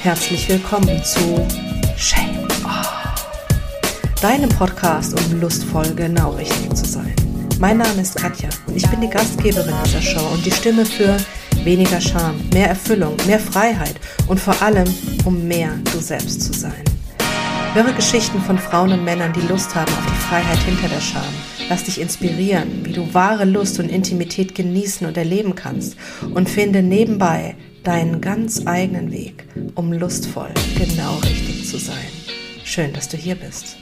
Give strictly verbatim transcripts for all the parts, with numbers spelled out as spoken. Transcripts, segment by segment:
Herzlich willkommen zu Shame Off, deinem Podcast, um lustvoll genau richtig zu sein. Mein Name ist Katja und ich bin die Gastgeberin dieser Show und die Stimme für weniger Scham, mehr Erfüllung, mehr Freiheit und vor allem, um mehr du selbst zu sein. Höre Geschichten von Frauen und Männern, die Lust haben auf die Freiheit hinter der Scham. Lass dich inspirieren, wie du wahre Lust und Intimität genießen und erleben kannst und finde nebenbei deinen ganz eigenen Weg, um lustvoll genau richtig zu sein. Schön, dass du hier bist.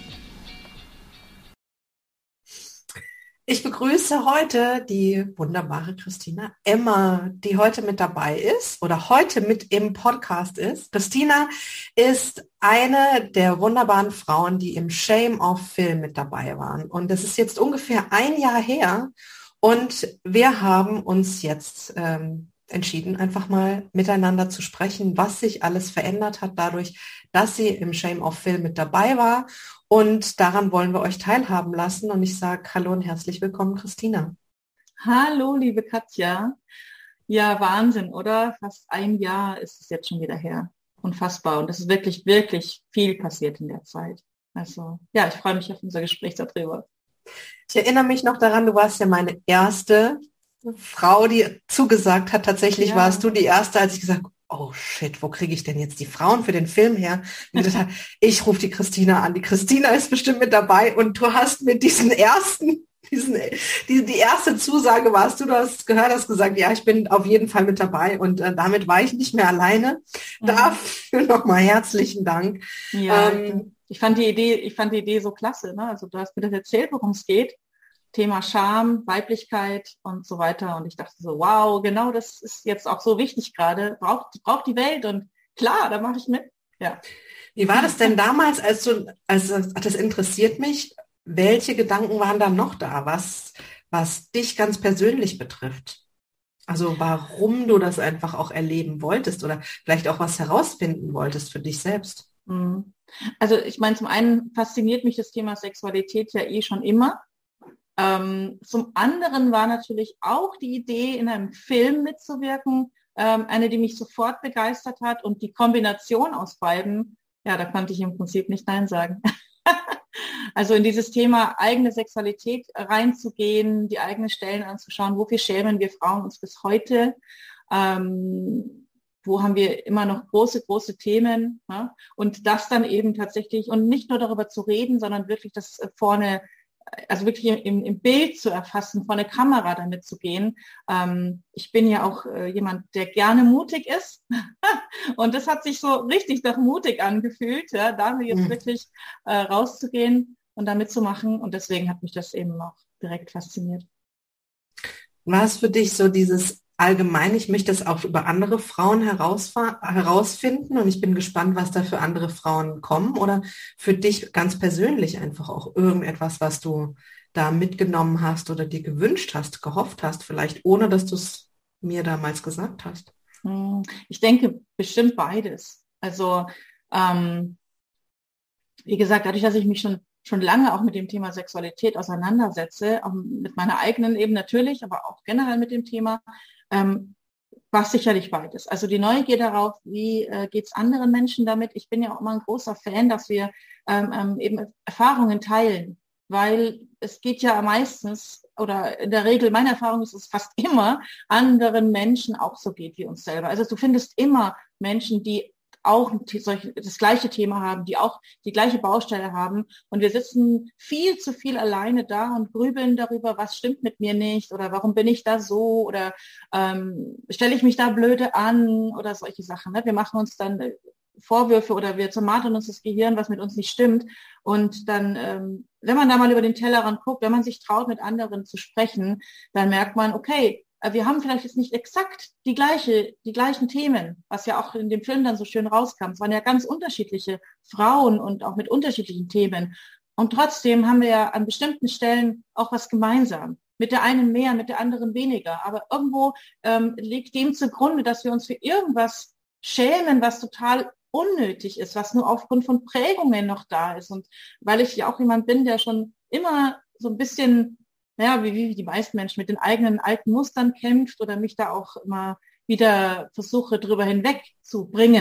Ich begrüße heute die wunderbare Christina Emmer, die heute mit dabei ist oder heute mit im Podcast ist. Christina ist eine der wunderbaren Frauen, die im Shame Off Film mit dabei waren. Und das ist jetzt ungefähr ein Jahr her. Und wir haben uns jetzt ähm, entschieden, einfach mal miteinander zu sprechen, was sich alles verändert hat dadurch, dass sie im Shame Off Film mit dabei war. Und daran wollen wir euch teilhaben lassen. Und ich sage hallo und herzlich willkommen, Christina. Hallo, liebe Katja. Ja, Wahnsinn, oder? Fast ein Jahr ist es jetzt schon wieder her. Unfassbar. Und es ist wirklich, wirklich viel passiert in der Zeit. Also, ja, ich freue mich auf unser Gespräch darüber. Ich erinnere mich noch daran, du warst ja meine erste Frau, die zugesagt hat. Tatsächlich ja. Warst du die erste, als ich gesagt habe, oh shit, wo kriege ich denn jetzt die Frauen für den Film her? Und ich dachte, ich rufe die Christina an. Die Christina ist bestimmt mit dabei und du hast mit diesen ersten, diesen, die, die erste Zusage warst du, du hast gehört, hast gesagt, ja, ich bin auf jeden Fall mit dabei und äh, damit war ich nicht mehr alleine. Mhm. Dafür nochmal herzlichen Dank. Ja, ähm, ich fand die Idee, ich fand die Idee so klasse, ne? Also du hast mir das erzählt, worum es geht. Thema Scham, Weiblichkeit und so weiter. Und ich dachte so, wow, genau das ist jetzt auch so wichtig gerade. Braucht, braucht die Welt. Und klar, da mache ich mit. Ja. Wie war das denn damals, als du, also das interessiert mich, welche Gedanken waren da noch da, was, was dich ganz persönlich betrifft? Also warum du das einfach auch erleben wolltest oder vielleicht auch was herausfinden wolltest für dich selbst? Also ich meine, zum einen fasziniert mich das Thema Sexualität ja eh schon immer. Ähm, zum anderen war natürlich auch die Idee, in einem Film mitzuwirken, ähm, eine, die mich sofort begeistert hat, und die Kombination aus beiden, ja, da konnte ich im Prinzip nicht Nein sagen. Also in dieses Thema eigene Sexualität reinzugehen, die eigenen Stellen anzuschauen, wofür schämen wir Frauen uns bis heute, ähm, wo haben wir immer noch große, große Themen, ja? Und das dann eben tatsächlich, und nicht nur darüber zu reden, sondern wirklich das vorne, also wirklich im, im Bild zu erfassen, vor der Kamera damit zu gehen. Ähm, ich bin ja auch äh, jemand, der gerne mutig ist. Und das hat sich so richtig doch mutig angefühlt, ja, da jetzt mhm. wirklich äh, rauszugehen und da mitzumachen. Und deswegen hat mich das eben auch direkt fasziniert. War es für dich so dieses allgemein, ich möchte es auch über andere Frauen herausfinden und ich bin gespannt, was da für andere Frauen kommen, oder für dich ganz persönlich einfach auch irgendetwas, was du da mitgenommen hast oder dir gewünscht hast, gehofft hast, vielleicht ohne, dass du es mir damals gesagt hast? Ich denke bestimmt beides. Also ähm, wie gesagt, dadurch, dass ich mich schon schon lange auch mit dem Thema Sexualität auseinandersetze, auch mit meiner eigenen eben natürlich, aber auch generell mit dem Thema, ähm, war sicherlich beides. Also die Neugier darauf, wie äh, geht es anderen Menschen damit. Ich bin ja auch immer ein großer Fan, dass wir ähm, ähm, eben Erfahrungen teilen, weil es geht ja meistens, oder in der Regel, meine Erfahrung ist es fast immer, anderen Menschen auch so geht wie uns selber. Also du findest immer Menschen, die auch das gleiche Thema haben, die auch die gleiche Baustelle haben, und wir sitzen viel zu viel alleine da und grübeln darüber, was stimmt mit mir nicht oder warum bin ich da so oder ähm, stelle ich mich da blöde an oder solche Sachen. Ne? Wir machen uns dann Vorwürfe oder wir zermartern uns das Gehirn, was mit uns nicht stimmt, und dann, ähm, wenn man da mal über den Tellerrand guckt, wenn man sich traut, mit anderen zu sprechen, dann merkt man, okay, wir haben vielleicht jetzt nicht exakt die gleiche, die gleichen Themen, was ja auch in dem Film dann so schön rauskam. Es waren ja ganz unterschiedliche Frauen und auch mit unterschiedlichen Themen. Und trotzdem haben wir ja an bestimmten Stellen auch was gemeinsam. Mit der einen mehr, mit der anderen weniger. Aber irgendwo ähm, liegt dem zugrunde, dass wir uns für irgendwas schämen, was total unnötig ist, was nur aufgrund von Prägungen noch da ist. Und weil ich ja auch jemand bin, der schon immer so ein bisschen, naja, wie, wie die meisten Menschen mit den eigenen alten Mustern kämpft oder mich da auch immer wieder versuche, drüber hinweg zu bringen,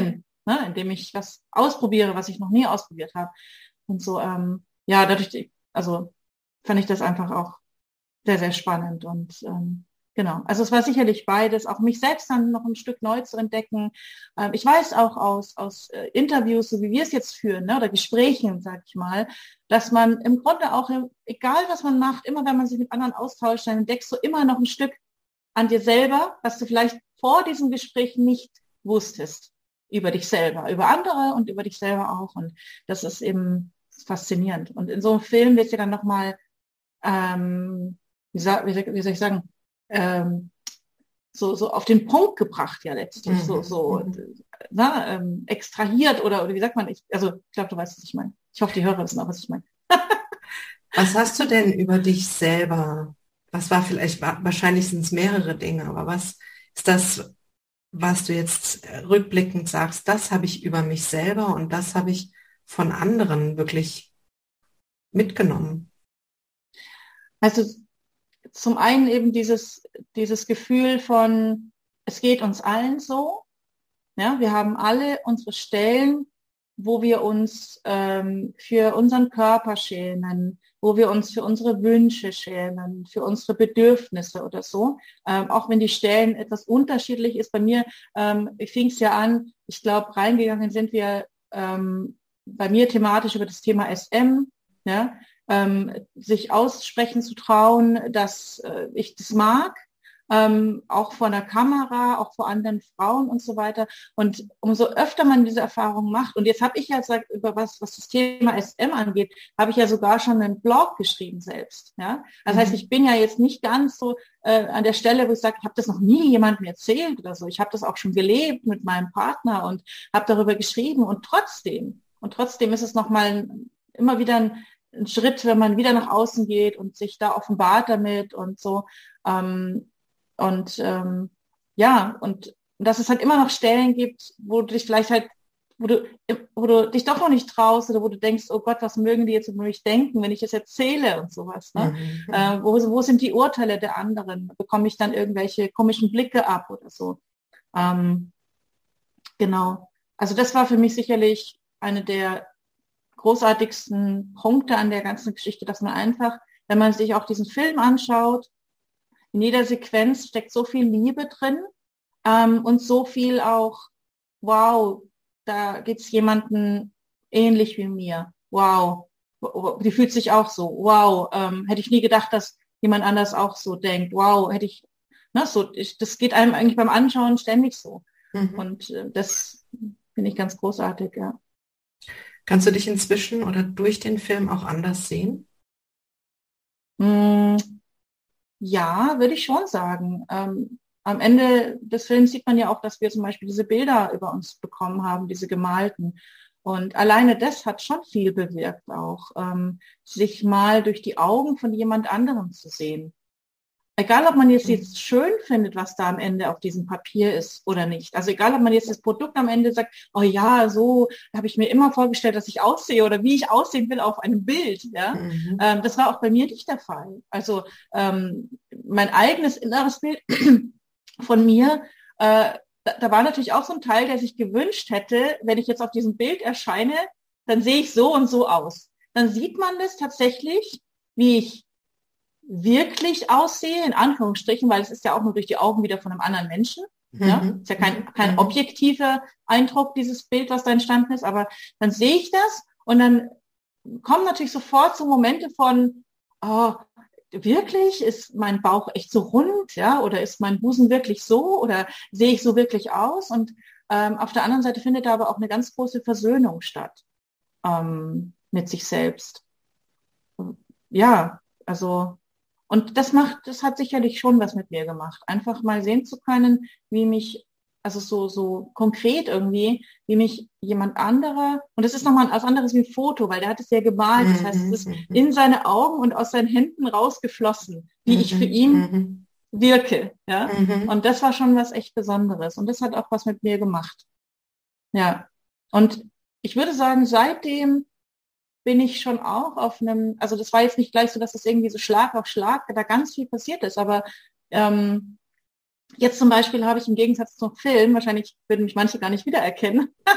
ne? Indem ich was ausprobiere, was ich noch nie ausprobiert habe. Und so, ähm, ja, dadurch, also fand ich das einfach auch sehr, sehr spannend. Und ähm, genau, also es war sicherlich beides, auch mich selbst dann noch ein Stück neu zu entdecken. Ähm, ich weiß auch aus, aus äh, Interviews, so wie wir es jetzt führen, ne, oder Gesprächen, sag ich mal, dass man im Grunde auch, egal was man macht, immer wenn man sich mit anderen austauscht, dann entdeckst du immer noch ein Stück an dir selber, was du vielleicht vor diesem Gespräch nicht wusstest über dich selber, über andere und über dich selber auch. Und das ist eben faszinierend. Und in so einem Film wird ja dann nochmal, ähm, wie, sa- wie, wie soll ich sagen, ähm, so, so auf den Punkt gebracht ja letztlich, Mhm. so, so na, ähm, extrahiert oder, oder wie sagt man, ich, also ich glaube, du weißt, was ich meine. Ich hoffe, die Hörer wissen auch, was ich meine. Was hast du denn über dich selber? Was war vielleicht, wahrscheinlich sind es mehrere Dinge, aber was ist das, was du jetzt rückblickend sagst, das habe ich über mich selber und das habe ich von anderen wirklich mitgenommen? Also zum einen eben dieses, dieses Gefühl von, es geht uns allen so. Ja, wir haben alle unsere Stellen, wo wir uns ähm, für unseren Körper schämen, wo wir uns für unsere Wünsche schämen, für unsere Bedürfnisse oder so. Ähm, auch wenn die Stellen etwas unterschiedlich ist. Bei mir ähm, fing es ja an, ich glaube, reingegangen sind wir ähm, bei mir thematisch über das Thema S M, ja, ähm, sich aussprechen zu trauen, dass äh, ich das mag. Ähm, auch vor der Kamera, auch vor anderen Frauen und so weiter. Und umso öfter man diese Erfahrung macht, und jetzt habe ich ja gesagt, über was, was das Thema S M angeht, habe ich ja sogar schon einen Blog geschrieben selbst. Ja? Das mhm. heißt, ich bin ja jetzt nicht ganz so äh, an der Stelle, wo ich sage, ich habe das noch nie jemandem erzählt oder so. Ich habe das auch schon gelebt mit meinem Partner und habe darüber geschrieben. Und trotzdem, und trotzdem ist es nochmal immer wieder ein, ein Schritt, wenn man wieder nach außen geht und sich da offenbart damit und so. Ähm, Und ähm, ja, und dass es halt immer noch Stellen gibt, wo du dich vielleicht halt, wo du, wo du dich doch noch nicht traust oder wo du denkst, oh Gott, was mögen die jetzt über mich denken, wenn ich das erzähle und sowas. Ne? Mhm. Äh, wo, wo sind die Urteile der anderen? Bekomme ich dann irgendwelche komischen Blicke ab oder so? Ähm, genau. Also das war für mich sicherlich eine der großartigsten Punkte an der ganzen Geschichte, dass man einfach, wenn man sich auch diesen Film anschaut, in jeder Sequenz steckt so viel Liebe drin ähm, und so viel auch, wow, da gibt's jemanden ähnlich wie mir. Wow, die fühlt sich auch so. Wow, ähm, hätte ich nie gedacht, dass jemand anders auch so denkt. Wow, hätte ich, ne, so, ich, das geht einem eigentlich beim Anschauen ständig so. Mhm. Und äh, das finde ich ganz großartig, ja. Kannst du dich inzwischen oder durch den Film auch anders sehen? Mm. Ja, würde ich schon sagen. Ähm, am Ende des Films sieht man ja auch, dass wir zum Beispiel diese Bilder über uns bekommen haben, diese gemalten. Und alleine das hat schon viel bewirkt auch, ähm, sich mal durch die Augen von jemand anderem zu sehen. Egal, ob man jetzt, jetzt schön findet, was da am Ende auf diesem Papier ist oder nicht. Also egal, ob man jetzt das Produkt am Ende sagt, oh ja, so habe ich mir immer vorgestellt, dass ich aussehe oder wie ich aussehen will auf einem Bild. Ja, mhm. ähm, das war auch bei mir nicht der Fall. Also ähm, mein eigenes inneres Bild von mir, äh, da, da war natürlich auch so ein Teil, der sich gewünscht hätte, wenn ich jetzt auf diesem Bild erscheine, dann sehe ich so und so aus. Dann sieht man das tatsächlich, wie ich wirklich aussehe, in Anführungsstrichen, weil es ist ja auch nur durch die Augen wieder von einem anderen Menschen. Mhm. Ja? Ist ja kein, kein mhm. objektiver Eindruck, dieses Bild, was da entstanden ist, aber dann sehe ich das und dann kommen natürlich sofort so Momente von, oh, wirklich, ist mein Bauch echt so rund, ja, oder ist mein Busen wirklich so oder sehe ich so wirklich aus? Und ähm, auf der anderen Seite findet da aber auch eine ganz große Versöhnung statt ähm, mit sich selbst. Ja, also und das macht, das hat sicherlich schon was mit mir gemacht. Einfach mal sehen zu können, wie mich, also so, so konkret irgendwie, wie mich jemand anderer, und das ist nochmal was anderes wie ein Foto, weil der hat es ja gemalt. Das heißt, es ist in seine Augen und aus seinen Händen rausgeflossen, wie ich für ihn wirke, ja. Und das war schon was echt Besonderes. Und das hat auch was mit mir gemacht. Ja. Und ich würde sagen, seitdem bin ich schon auch auf einem, also das war jetzt nicht gleich so, dass das irgendwie so Schlag auf Schlag da ganz viel passiert ist, aber ähm, jetzt zum Beispiel habe ich im Gegensatz zum Film, wahrscheinlich würden mich manche gar nicht wiedererkennen,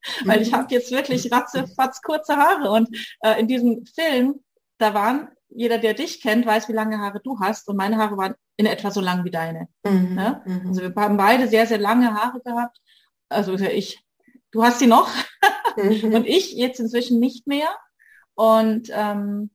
weil ich habe jetzt wirklich ratzefatz kurze Haare und äh, in diesem Film, da waren, jeder, der dich kennt, weiß, wie lange Haare du hast und meine Haare waren in etwa so lang wie deine. Mhm. Ja? Also wir haben beide sehr, sehr lange Haare gehabt. Also ich, du hast sie noch mhm. und ich jetzt inzwischen nicht mehr. Und ähm,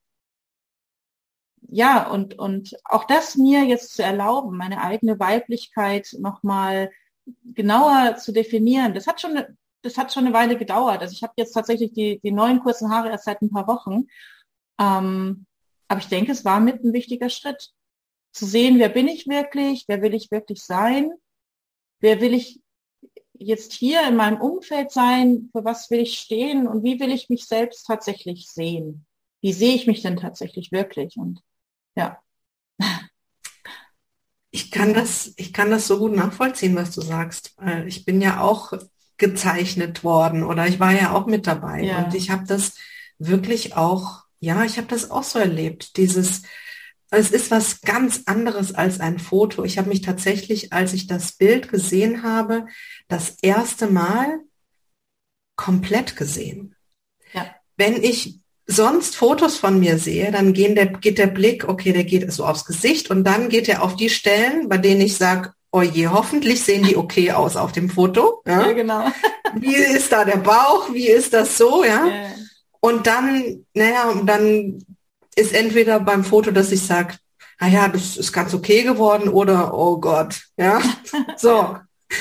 ja, und, und auch das mir jetzt zu erlauben, meine eigene Weiblichkeit nochmal genauer zu definieren, das hat schon, das hat schon eine Weile gedauert. Also ich habe jetzt tatsächlich die, die neuen kurzen Haare erst seit ein paar Wochen. Ähm, aber ich denke, es war mit ein wichtiger Schritt. Zu sehen, wer bin ich wirklich, wer will ich wirklich sein, wer will ich jetzt hier in meinem Umfeld sein, für was will ich stehen und wie will ich mich selbst tatsächlich sehen? Wie sehe ich mich denn tatsächlich wirklich? Und ja. Ich kann das, ich kann das so gut nachvollziehen, was du sagst. Ich bin ja auch gezeichnet worden oder ich war ja auch mit dabei ja. und ich habe das wirklich auch, ja, ich habe das auch so erlebt. Dieses, es ist was ganz anderes als ein Foto. Ich habe mich tatsächlich, als ich das Bild gesehen habe, das erste Mal komplett gesehen. Ja. Wenn ich sonst Fotos von mir sehe, dann gehen der, geht der Blick, okay, der geht so aufs Gesicht und dann geht er auf die Stellen, bei denen ich sage, oh je, hoffentlich sehen die okay aus auf dem Foto. Ja, ja genau. Wie ist da der Bauch? Wie ist das so? Ja. ja. Und dann, naja, dann ist entweder beim Foto, dass ich sage, naja, das ist ganz okay geworden oder oh Gott, ja, so.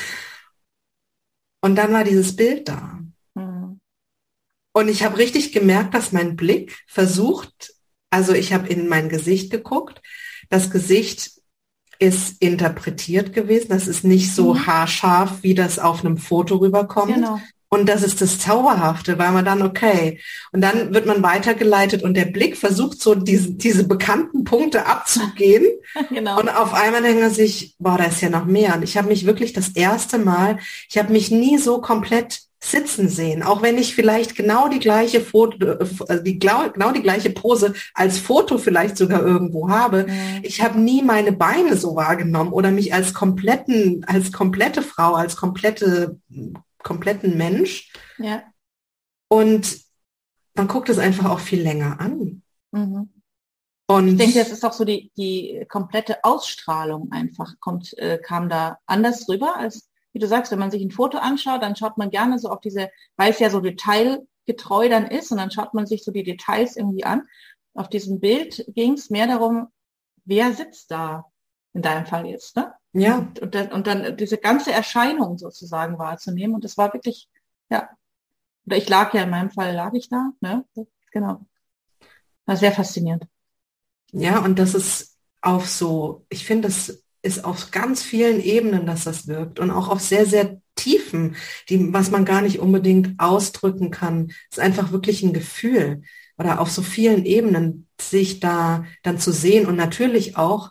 Und dann war dieses Bild da. Mhm. Und ich habe richtig gemerkt, dass mein Blick versucht, also ich habe in mein Gesicht geguckt, das Gesicht ist interpretiert gewesen, das ist nicht so mhm. haarscharf, wie das auf einem Foto rüberkommt. Genau. Und das ist das Zauberhafte, weil man dann, okay, und dann wird man weitergeleitet und der Blick versucht so diese, diese bekannten Punkte abzugehen. Genau. Und auf einmal denkt man sich, boah, da ist ja noch mehr. Und ich habe mich wirklich das erste Mal, ich habe mich nie so komplett sitzen sehen, auch wenn ich vielleicht genau die gleiche Foto, die, genau die gleiche Pose als Foto vielleicht sogar irgendwo habe. Mhm. Ich habe nie meine Beine so wahrgenommen oder mich als kompletten, als komplette Frau, als komplette kompletten Mensch. Ja. Und man guckt es einfach auch viel länger an. Mhm. Und ich denke, das ist auch so die, die komplette Ausstrahlung einfach kommt, äh, kam da anders rüber, als wie du sagst, wenn man sich ein Foto anschaut, dann schaut man gerne so auf diese, weil es ja so detailgetreu dann ist, und dann schaut man sich so die Details irgendwie an. Auf diesem Bild ging es mehr darum, wer sitzt da in deinem Fall jetzt, ne? Ja. Und, und, dann, und dann diese ganze Erscheinung sozusagen wahrzunehmen. Und das war wirklich, ja, oder ich lag ja, in meinem Fall lag ich da, ne? Genau. War sehr faszinierend. Ja, und das ist auf so, ich finde, das ist auf ganz vielen Ebenen, dass das wirkt und auch auf sehr, sehr tiefen, die, was man gar nicht unbedingt ausdrücken kann. Es ist einfach wirklich ein Gefühl oder auf so vielen Ebenen sich da dann zu sehen und natürlich auch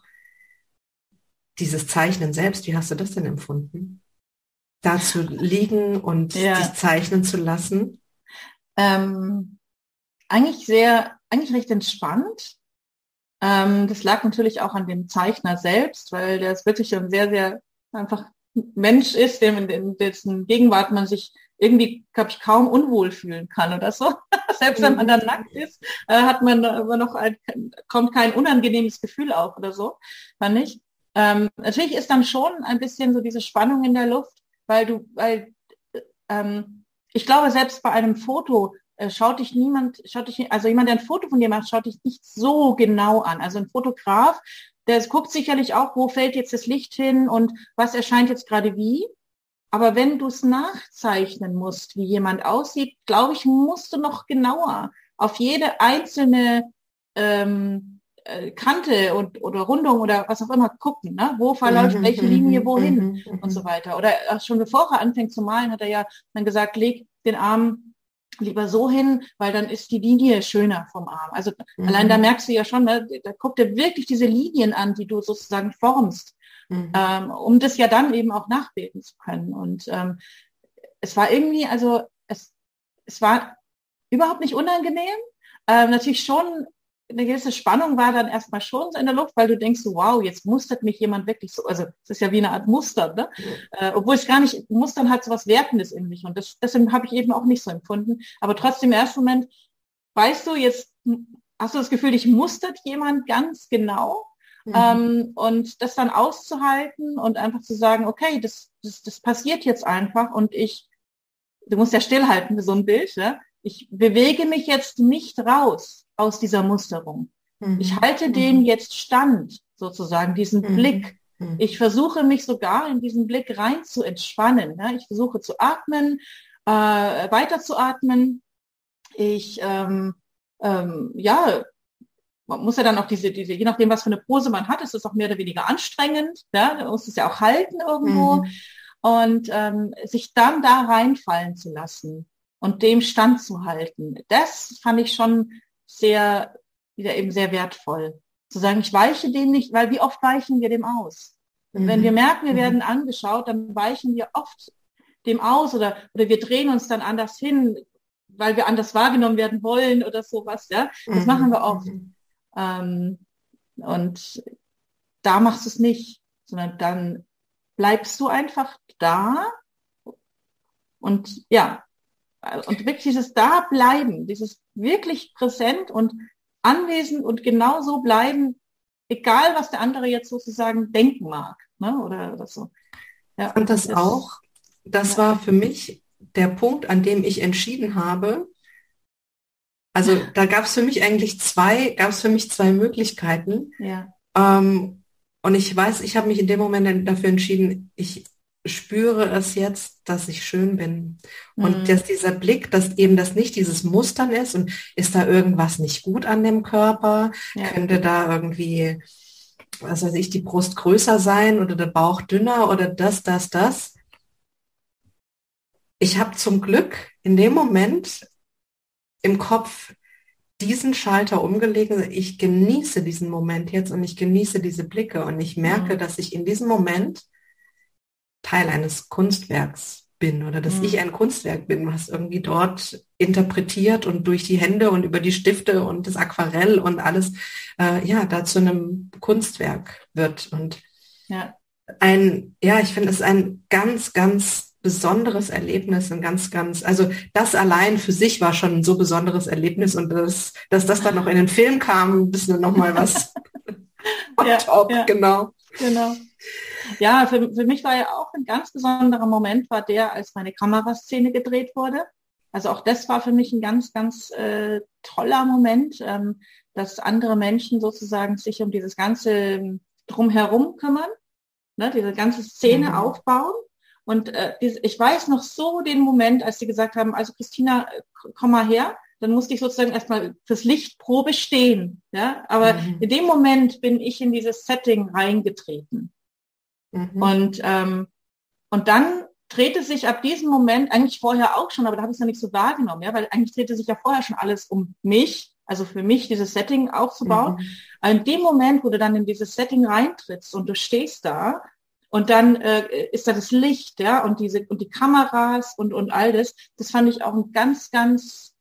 dieses Zeichnen selbst. Wie hast du das denn empfunden? Da zu liegen und ja. dich zeichnen zu lassen? Ähm, eigentlich sehr, eigentlich recht entspannt. Ähm, das lag natürlich auch an dem Zeichner selbst, weil der ist wirklich ein sehr, sehr einfach Mensch ist, dem in dessen Gegenwart man sich irgendwie, glaube ich, kaum unwohl fühlen kann oder so. Selbst wenn man dann nackt ist, äh, hat man immer noch ein, kommt kein unangenehmes Gefühl auf oder so, fand ich. Ähm, natürlich ist dann schon ein bisschen so diese Spannung in der Luft, weil du, weil ähm, ich glaube, selbst bei einem Foto äh, schaut dich niemand, schaut dich, also jemand, der ein Foto von dir macht, schaut dich nicht so genau an. Also ein Fotograf, der guckt sicherlich auch, wo fällt jetzt das Licht hin und was erscheint jetzt gerade wie. Aber wenn du es nachzeichnen musst, wie jemand aussieht, glaube ich, musst du noch genauer auf jede einzelne ähm, Kante und oder Rundung oder was auch immer gucken, ne? Wo verläuft mhm, welche Linie wohin mhm, und so weiter. Oder schon bevor er anfängt zu malen, hat er ja dann gesagt, leg den Arm lieber so hin, weil dann ist die Linie schöner vom Arm. Also mhm. allein da merkst du ja schon, ne? Da guckt er wirklich diese Linien an, die du sozusagen formst, mhm. ähm, um das ja dann eben auch nachbilden zu können. Und ähm, es war irgendwie, also es, es war überhaupt nicht unangenehm, ähm, natürlich schon eine gewisse Spannung war dann erstmal schon so in der Luft, weil du denkst so, wow, jetzt mustert mich jemand wirklich so, also es ist ja wie eine Art Muster, ne? Ja. Äh, obwohl es gar nicht, Mustern hat so was Wertendes in sich und das, deswegen habe ich eben auch nicht so empfunden, aber trotzdem im ersten Moment, weißt du, jetzt hast du das Gefühl, dich mustert jemand ganz genau. Mhm. Ähm, und das dann auszuhalten und einfach zu sagen, okay, das, das, das passiert jetzt einfach und ich, du musst ja stillhalten für so ein Bild, ne? Ich bewege mich jetzt nicht raus aus dieser Musterung. Mhm. Ich halte mhm. dem jetzt stand, sozusagen, diesen mhm. Blick. Mhm. Ich versuche mich sogar in diesen Blick rein zu entspannen. Ne? Ich versuche zu atmen, äh, weiter zu atmen. Ich, ähm, ähm, ja, man muss ja dann auch diese, diese, je nachdem, was für eine Pose man hat, ist es auch mehr oder weniger anstrengend. Ja? Man muss es ja auch halten irgendwo. Mhm. Und ähm, sich dann da reinfallen zu lassen und dem standzuhalten, das fand ich schon sehr, wieder eben sehr wertvoll. Zu sagen, ich weiche dem nicht, weil wie oft weichen wir dem aus? Und mhm. wenn wir merken, wir mhm. werden angeschaut, dann weichen wir oft dem aus oder, oder wir drehen uns dann anders hin, weil wir anders wahrgenommen werden wollen oder sowas. Ja, das mhm. machen wir oft. Mhm. Ähm, und da machst du es nicht, sondern dann bleibst du einfach da und ja, und wirklich dieses Dableiben, dieses wirklich präsent und anwesend und genau so bleiben, egal was der andere jetzt sozusagen denken mag, ne, oder, oder so. Ja, ich fand das, das auch, das ja. war für mich der Punkt, an dem ich entschieden habe, also da gab es für mich eigentlich zwei, gab es für mich zwei Möglichkeiten. Ja. Ähm, und ich weiß, ich habe mich in dem Moment dafür entschieden, ich spüre es jetzt, dass ich schön bin. Und mhm. dass dieser Blick, dass eben das nicht dieses Mustern ist und ist da irgendwas nicht gut an dem Körper, ja. könnte da irgendwie, was weiß ich, die Brust größer sein oder der Bauch dünner oder das, das, das. Ich habe zum Glück in dem Moment im Kopf diesen Schalter umgelegt. Ich genieße diesen Moment jetzt und ich genieße diese Blicke und ich merke, mhm. dass ich in diesem Moment Teil eines Kunstwerks bin oder dass mhm. ich ein Kunstwerk bin, was irgendwie dort interpretiert und durch die Hände und über die Stifte und das Aquarell und alles, äh, ja, da zu einem Kunstwerk wird. Und ja, ein, ja, ich finde es ein ganz, ganz besonderes Erlebnis, ein ganz, ganz, also das allein für sich war schon ein so besonderes Erlebnis und das, dass das dann noch in den Film kam, ein bisschen nochmal was on ja, top, ja, genau. Genau. Ja, für, für mich war ja auch ein ganz besonderer Moment, war der, als meine Kameraszene gedreht wurde. Also auch das war für mich ein ganz, ganz äh, toller Moment, ähm, dass andere Menschen sozusagen sich um dieses ganze Drumherum kümmern, ne, diese ganze Szene mhm. aufbauen. Und äh, ich weiß noch so den Moment, als sie gesagt haben, also Christina, komm mal her, dann musste ich sozusagen erstmal fürs Lichtprobe stehen. Ja? Aber mhm. in dem Moment bin ich in dieses Setting reingetreten. Mhm. Und, ähm, und dann drehte sich ab diesem Moment, eigentlich vorher auch schon, aber da habe ich es ja nicht so wahrgenommen, ja, weil eigentlich drehte sich ja vorher schon alles um mich, also für mich dieses Setting aufzubauen. Mhm. Aber in dem Moment, wo du dann in dieses Setting reintrittst und du stehst da, und dann äh, ist da das Licht, ja, und diese und die Kameras und und all das. Das fand ich auch einen ganz, ganz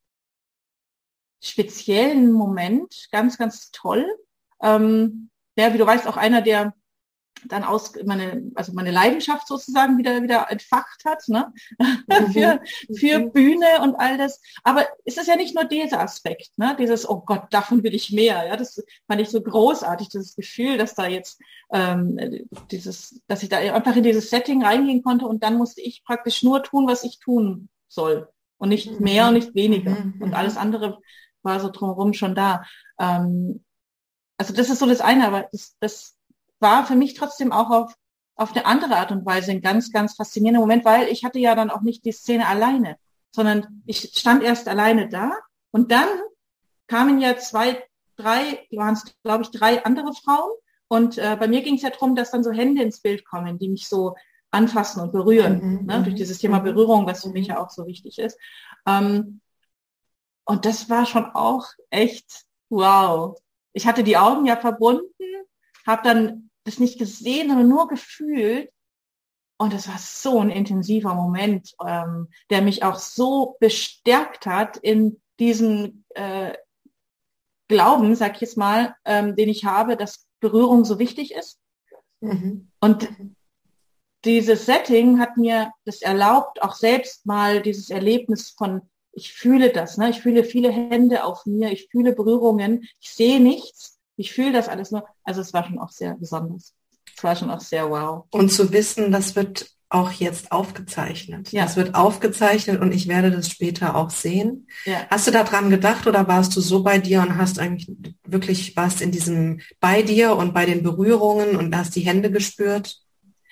speziellen Moment, ganz, ganz toll. Ähm, ja, wie du weißt, auch einer, der dann aus meine, also meine Leidenschaft sozusagen wieder wieder entfacht hat, ne, mhm. für für mhm. Bühne und all das. Aber es ist ja nicht nur dieser Aspekt, ne, dieses oh Gott, davon will ich mehr, ja, das fand ich so großartig, dieses Gefühl, dass da jetzt ähm, dieses, dass ich da einfach in dieses Setting reingehen konnte und dann musste ich praktisch nur tun, was ich tun soll und nicht mhm. mehr und nicht weniger mhm. und alles andere war so drumherum schon da. Ähm, also das ist so das eine, aber das, das war für mich trotzdem auch auf, auf eine andere Art und Weise ein ganz, ganz faszinierender Moment, weil ich hatte ja dann auch nicht die Szene alleine, sondern ich stand erst alleine da und dann kamen ja zwei, drei, waren es glaube ich drei andere Frauen und äh, bei mir ging es ja darum, dass dann so Hände ins Bild kommen, die mich so anfassen und berühren, mhm, ne, durch dieses Thema mhm. Berührung, was für mich ja auch so wichtig ist. Ähm, und das war schon auch echt wow. Ich hatte die Augen ja verbunden, habe dann das nicht gesehen, sondern nur gefühlt. Und es war so ein intensiver Moment, ähm, der mich auch so bestärkt hat in diesem äh, Glauben, sag ich jetzt mal, ähm, den ich habe, dass Berührung so wichtig ist. Mhm. Und dieses Setting hat mir das erlaubt, auch selbst mal dieses Erlebnis von, ich fühle das, ne? Ich fühle viele Hände auf mir, ich fühle Berührungen, ich sehe nichts, ich fühle das alles nur. Also es war schon auch sehr besonders. Es war schon auch sehr wow. Und zu wissen, das wird auch jetzt aufgezeichnet. Ja. Das wird aufgezeichnet und ich werde das später auch sehen. Ja. Hast du daran gedacht oder warst du so bei dir und hast eigentlich wirklich, warst in diesem, bei dir und bei den Berührungen und hast die Hände gespürt?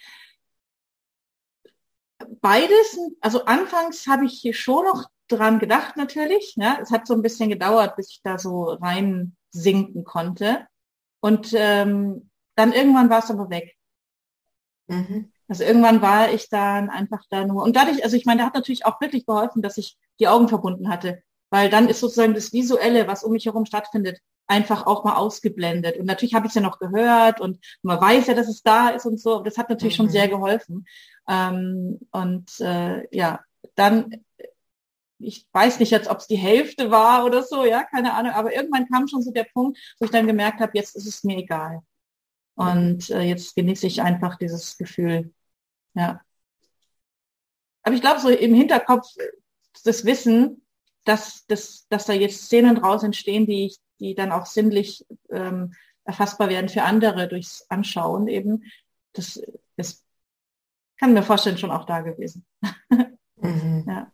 Beides, also anfangs habe ich hier schon noch dran gedacht natürlich. Ja. Es hat so ein bisschen gedauert, bis ich da so rein sinken konnte. Und ähm, dann irgendwann war es aber weg. Mhm. Also irgendwann war ich dann einfach da nur. Und dadurch, also ich meine, da hat natürlich auch wirklich geholfen, dass ich die Augen verbunden hatte. Weil dann ist sozusagen das Visuelle, was um mich herum stattfindet, einfach auch mal ausgeblendet. Und natürlich habe ich es ja noch gehört und man weiß ja, dass es da ist und so. Aber das hat natürlich mhm. schon sehr geholfen. Ähm, und äh, ja, dann, ich weiß nicht jetzt, ob es die Hälfte war oder so, ja, keine Ahnung. Aber irgendwann kam schon so der Punkt, wo ich dann gemerkt habe, jetzt ist es mir egal. Und äh, jetzt genieße ich einfach dieses Gefühl. Ja. Aber ich glaube, so im Hinterkopf das Wissen, dass, dass, dass da jetzt Szenen draus entstehen, die, ich, die dann auch sinnlich ähm, erfassbar werden für andere durchs Anschauen eben, das, das kann mir vorstellen, schon auch da gewesen. Mhm. Ja.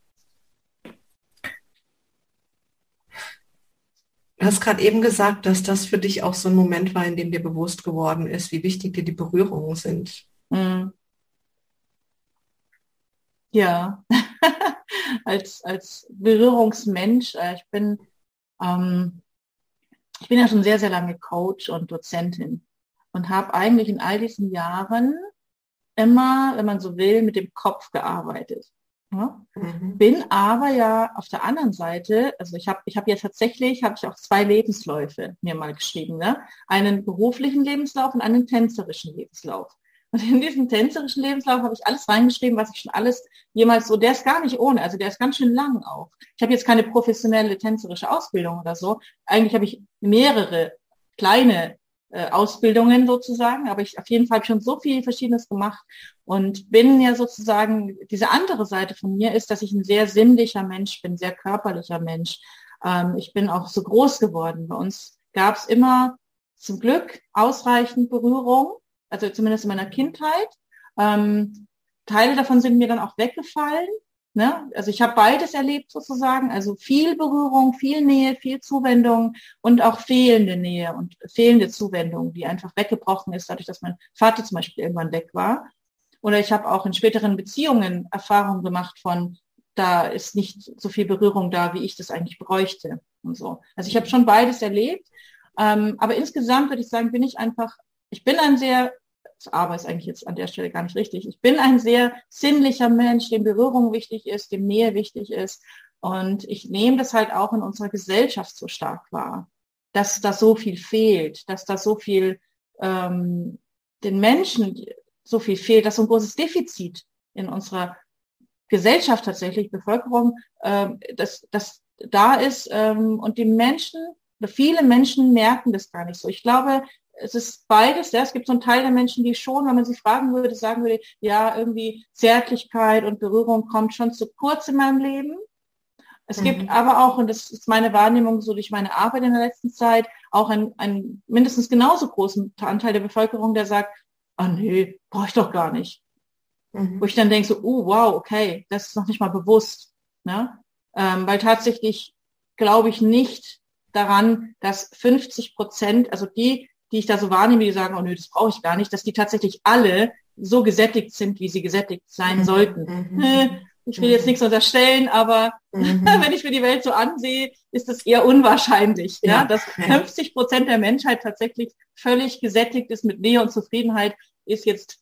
Du hast gerade eben gesagt, dass das für dich auch so ein Moment war, in dem dir bewusst geworden ist, wie wichtig dir die Berührungen sind. Mhm. Ja, als, als Berührungsmensch, äh, ich bin, ähm, ich bin ja schon sehr, sehr lange Coach und Dozentin und habe eigentlich in all diesen Jahren immer, wenn man so will, mit dem Kopf gearbeitet. Ja? Mhm. Bin aber ja auf der anderen Seite, also ich habe ich hab jetzt tatsächlich, habe ich auch zwei Lebensläufe mir mal geschrieben, ne? Einen beruflichen Lebenslauf und einen tänzerischen Lebenslauf. Und in diesen tänzerischen Lebenslauf habe ich alles reingeschrieben, was ich schon alles jemals so, der ist gar nicht ohne, also der ist ganz schön lang auch. Ich habe jetzt keine professionelle tänzerische Ausbildung oder so. Eigentlich habe ich mehrere kleine äh, Ausbildungen sozusagen, aber ich auf jeden Fall habe schon so viel Verschiedenes gemacht und bin ja sozusagen, diese andere Seite von mir ist, dass ich ein sehr sinnlicher Mensch bin, sehr körperlicher Mensch. Ähm, ich bin auch so groß geworden. Bei uns gab es immer zum Glück ausreichend Berührung, also zumindest in meiner Kindheit. Ähm, Teile davon sind mir dann auch weggefallen. Ne? Also ich habe beides erlebt sozusagen, also viel Berührung, viel Nähe, viel Zuwendung und auch fehlende Nähe und fehlende Zuwendung, die einfach weggebrochen ist, dadurch, dass mein Vater zum Beispiel irgendwann weg war. Oder ich habe auch in späteren Beziehungen Erfahrungen gemacht von, da ist nicht so viel Berührung da, wie ich das eigentlich bräuchte und so. Also ich habe schon beides erlebt, ähm, aber insgesamt würde ich sagen, bin ich einfach, ich bin ein sehr aber ist eigentlich jetzt an der Stelle gar nicht richtig. Ich bin ein sehr sinnlicher Mensch, dem Berührung wichtig ist, dem Nähe wichtig ist. Und ich nehme das halt auch in unserer Gesellschaft so stark wahr, dass da so viel fehlt, dass da so viel ähm, den Menschen so viel fehlt, dass so ein großes Defizit in unserer Gesellschaft tatsächlich, Bevölkerung, ähm, dass das da ist. Ähm, und die Menschen, oder viele Menschen merken das gar nicht so. Ich glaube, es ist beides, ja. Es gibt so einen Teil der Menschen, die schon, wenn man sie fragen würde, sagen würde, ja, irgendwie Zärtlichkeit und Berührung kommt schon zu kurz in meinem Leben. Es mhm. gibt aber auch, und das ist meine Wahrnehmung so durch meine Arbeit in der letzten Zeit, auch einen, einen mindestens genauso großen Anteil der Bevölkerung, der sagt, ah nee, brauche ich doch gar nicht. Mhm. Wo ich dann denke so, oh wow, okay, das ist noch nicht mal bewusst. Ne? Ähm, weil tatsächlich glaube ich nicht daran, dass fünfzig Prozent, also die, die ich da so wahrnehme, die sagen, oh nö, das brauche ich gar nicht, dass die tatsächlich alle so gesättigt sind, wie sie gesättigt sein mhm. sollten. Mhm. Ich will jetzt nichts unterstellen, aber mhm. wenn ich mir die Welt so ansehe, ist es eher unwahrscheinlich, ja, ja dass ja. fünfzig Prozent der Menschheit tatsächlich völlig gesättigt ist mit Nähe und Zufriedenheit, ist jetzt,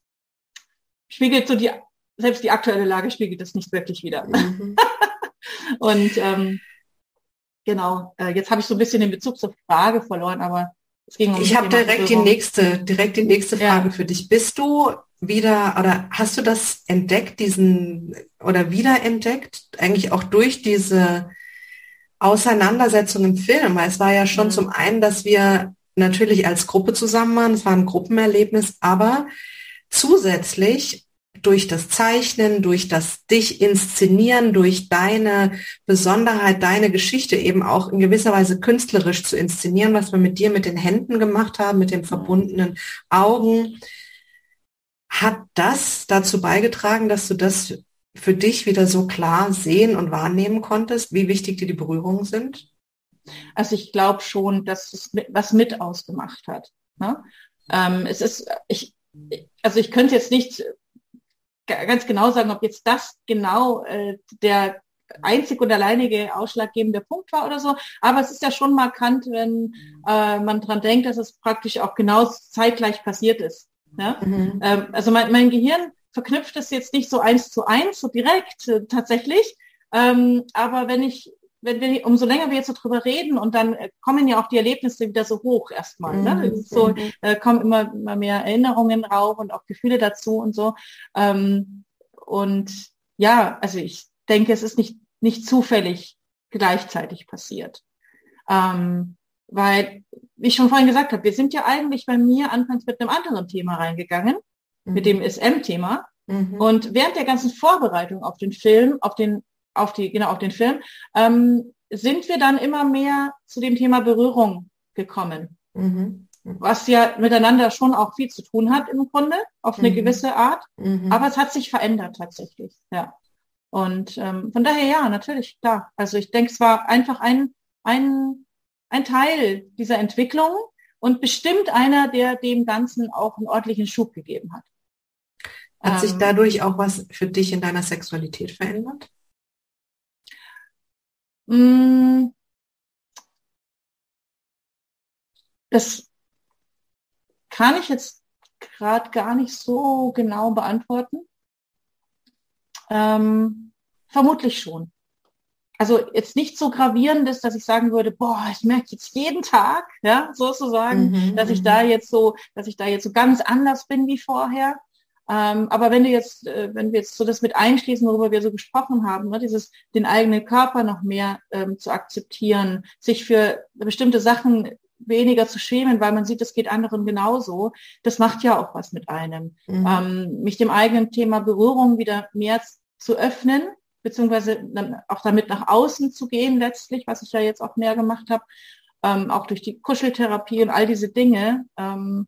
spiegelt so die, selbst die aktuelle Lage spiegelt das nicht wirklich wider. Mhm. Und ähm, genau, äh, jetzt habe ich so ein bisschen den Bezug zur Frage verloren, aber Um ich habe direkt die nächste, direkt die nächste Frage ja. für dich. Bist du wieder oder hast du das entdeckt, diesen oder wiederentdeckt, eigentlich auch durch diese Auseinandersetzung im Film, weil es war ja schon mhm. zum einen, dass wir natürlich als Gruppe zusammen waren, es war ein Gruppenerlebnis, aber zusätzlich durch das Zeichnen, durch das dich inszenieren, durch deine Besonderheit, deine Geschichte eben auch in gewisser Weise künstlerisch zu inszenieren, was wir mit dir mit den Händen gemacht haben, mit den verbundenen Augen, hat das dazu beigetragen, dass du das für dich wieder so klar sehen und wahrnehmen konntest, wie wichtig dir die Berührungen sind? Also ich glaube schon, dass es mit, was mit ausgemacht hat. Ne? Ähm, es ist, ich, also ich könnte jetzt nicht ganz genau sagen, ob jetzt das genau äh, der einzig und alleinige ausschlaggebende Punkt war oder so, aber es ist ja schon markant, wenn äh, man dran denkt, dass es praktisch auch genau zeitgleich passiert ist. Ja? Mhm. Ähm, also mein, mein Gehirn verknüpft es jetzt nicht so eins zu eins, so direkt äh, tatsächlich, ähm, aber wenn ich Wenn wir, umso länger wir jetzt so drüber reden und dann äh, kommen ja auch die Erlebnisse wieder so hoch erstmal. Ne? Mhm. So äh, kommen immer, immer mehr Erinnerungen rauf und auch Gefühle dazu und so. Ähm, und ja, also ich denke, es ist nicht, nicht zufällig gleichzeitig passiert. Ähm, weil, wie ich schon vorhin gesagt habe, wir sind ja eigentlich bei mir anfangs mit einem anderen Thema reingegangen, mhm. mit dem S M-Thema. Mhm. Und während der ganzen Vorbereitung auf den Film, auf den auf die, genau, auf den Film, ähm, sind wir dann immer mehr zu dem Thema Berührung gekommen. Mhm. Was ja miteinander schon auch viel zu tun hat im Grunde, auf eine mhm. gewisse Art. Mhm. Aber es hat sich verändert tatsächlich, ja. Und ähm, von daher, ja, natürlich, klar. Also ich denke, es war einfach ein, ein, ein Teil dieser Entwicklung und bestimmt einer, der dem Ganzen auch einen ordentlichen Schub gegeben hat. Hat ähm, sich dadurch auch was für dich in deiner Sexualität verändert? Das kann ich jetzt gerade gar nicht so genau beantworten. Ähm, vermutlich schon. Also jetzt nicht so gravierendes, dass ich sagen würde, boah, ich merke jetzt jeden Tag, ja, sozusagen, mhm, dass ich da jetzt so, dass ich da jetzt so ganz anders bin wie vorher. Ähm, aber wenn du jetzt, äh, wenn wir jetzt so das mit einschließen, worüber wir so gesprochen haben, ne, dieses, den eigenen Körper noch mehr ähm, zu akzeptieren, sich für bestimmte Sachen weniger zu schämen, weil man sieht, es geht anderen genauso, das macht ja auch was mit einem. Mhm. Ähm, mich dem eigenen Thema Berührung wieder mehr zu öffnen, beziehungsweise dann auch damit nach außen zu gehen letztlich, was ich ja jetzt auch mehr gemacht habe, ähm, auch durch die Kuscheltherapie und all diese Dinge. Ähm,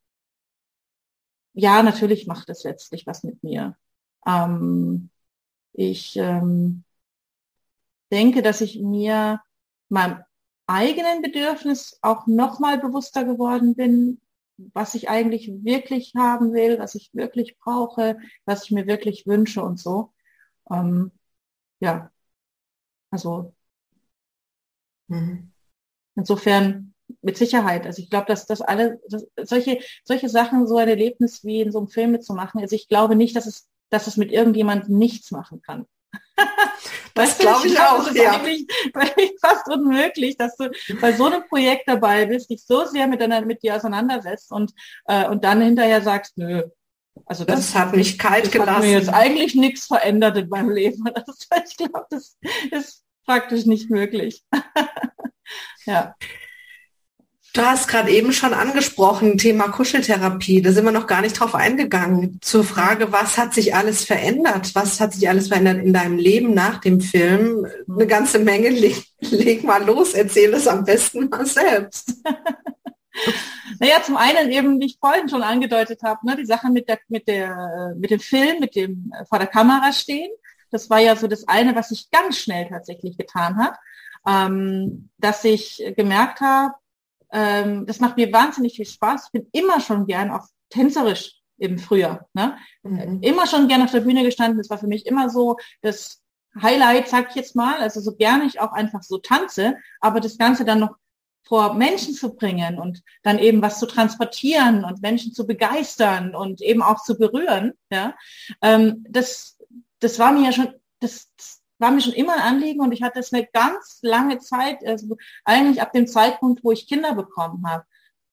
Ja, natürlich macht es letztlich was mit mir. Ähm, ich ähm, denke, dass ich mir meinem eigenen Bedürfnis auch nochmal bewusster geworden bin, was ich eigentlich wirklich haben will, was ich wirklich brauche, was ich mir wirklich wünsche und so. Ähm, ja, also mhm. Insofern mit Sicherheit. Also ich glaube, dass das alle dass solche solche Sachen, so ein Erlebnis wie in so einem Film mitzumachen, also ich glaube nicht, dass es dass es mit irgendjemandem nichts machen kann. Das glaube ich auch, das ist ja. eigentlich fast unmöglich, dass du bei so einem Projekt dabei bist, dich so sehr mit, deiner, mit dir auseinandersetzt und äh, und dann hinterher sagst, nö, also das, das hat mich kalt das gelassen. Hat mir jetzt eigentlich nichts verändert in meinem Leben. Das, ich glaube, das ist praktisch nicht möglich. Ja. Du hast gerade eben schon angesprochen, Thema Kuscheltherapie. Da sind wir noch gar nicht drauf eingegangen. Zur Frage, was hat sich alles verändert? Was hat sich alles verändert in deinem Leben nach dem Film? Eine ganze Menge. Leg, leg mal los, erzähl es am besten mal selbst. Naja, zum einen eben, wie ich vorhin schon angedeutet habe, ne, die Sache mit der, mit der, mit dem Film, mit dem vor der Kamera stehen. Das war ja so das eine, was sich ganz schnell tatsächlich getan hat, ähm, dass ich gemerkt habe, ähm, das macht mir wahnsinnig viel Spaß. Ich bin immer schon gern auch tänzerisch eben früher, ne? Mhm. Immer schon gern auf der Bühne gestanden. Das war für mich immer so das Highlight, sag ich jetzt mal. Also so gerne ich auch einfach so tanze, aber das Ganze dann noch vor Menschen zu bringen und dann eben was zu transportieren und Menschen zu begeistern und eben auch zu berühren, ja, ähm, das, das war mir ja schon, das war mir schon immer ein Anliegen und ich hatte es eine ganz lange Zeit, also eigentlich ab dem Zeitpunkt, wo ich Kinder bekommen habe,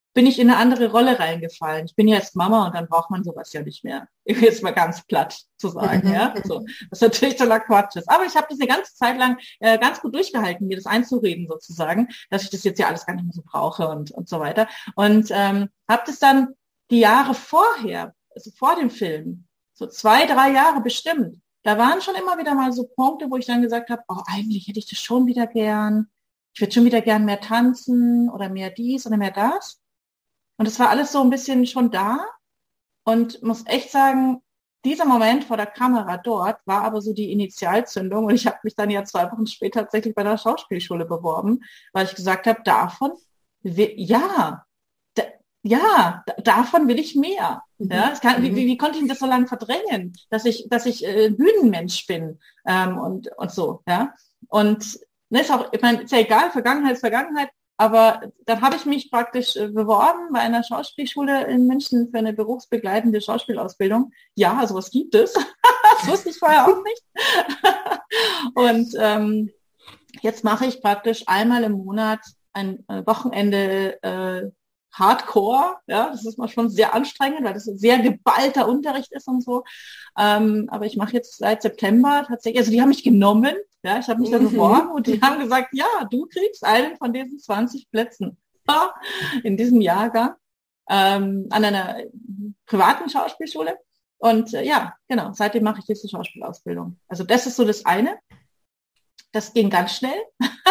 bin ich in eine andere Rolle reingefallen. Ich bin jetzt Mama und dann braucht man sowas ja nicht mehr. Ich will jetzt mal ganz platt zu sagen, mhm. ja. So, was natürlich totaler Quatsch ist. Aber ich habe das eine ganze Zeit lang äh, ganz gut durchgehalten, mir das einzureden sozusagen, dass ich das jetzt ja alles gar nicht mehr so brauche und, und so weiter. Und ähm, habe das dann die Jahre vorher, also vor dem Film, so zwei, drei Jahre bestimmt, da waren schon immer wieder mal so Punkte, wo ich dann gesagt habe, oh, eigentlich hätte ich das schon wieder gern. Ich würde schon wieder gern mehr tanzen oder mehr dies oder mehr das. Und es war alles so ein bisschen schon da und muss echt sagen, dieser Moment vor der Kamera dort war aber so die Initialzündung und ich habe mich dann ja zwei Wochen später tatsächlich bei der Schauspielschule beworben, weil ich gesagt habe, davon, ja, da, ja, davon will ich mehr. Mhm. Ja, es kann, wie, wie, wie konnte ich das so lange verdrängen, dass ich, dass ich äh, Bühnenmensch bin ähm, und und so, ja. Und ne, ist auch, ich meine, ist ja egal, Vergangenheit ist Vergangenheit. Aber dann habe ich mich praktisch beworben bei einer Schauspielschule in München für eine berufsbegleitende Schauspielausbildung. Ja, sowas gibt es. Das wusste ich vorher auch nicht. Und ähm, jetzt mache ich praktisch einmal im Monat ein äh, Wochenende äh, Hardcore. Ja, das ist mal schon sehr anstrengend, weil das ein sehr geballter Unterricht ist und so. Ähm, aber ich mache jetzt seit September tatsächlich, also die haben mich genommen. Ja, ich habe mich da beworben und die haben gesagt, ja, du kriegst einen von diesen zwanzig Plätzen in diesem Jahrgang ähm, an einer privaten Schauspielschule. Und äh, ja, genau, seitdem mache ich diese Schauspielausbildung. Also das ist so das eine. Das ging ganz schnell.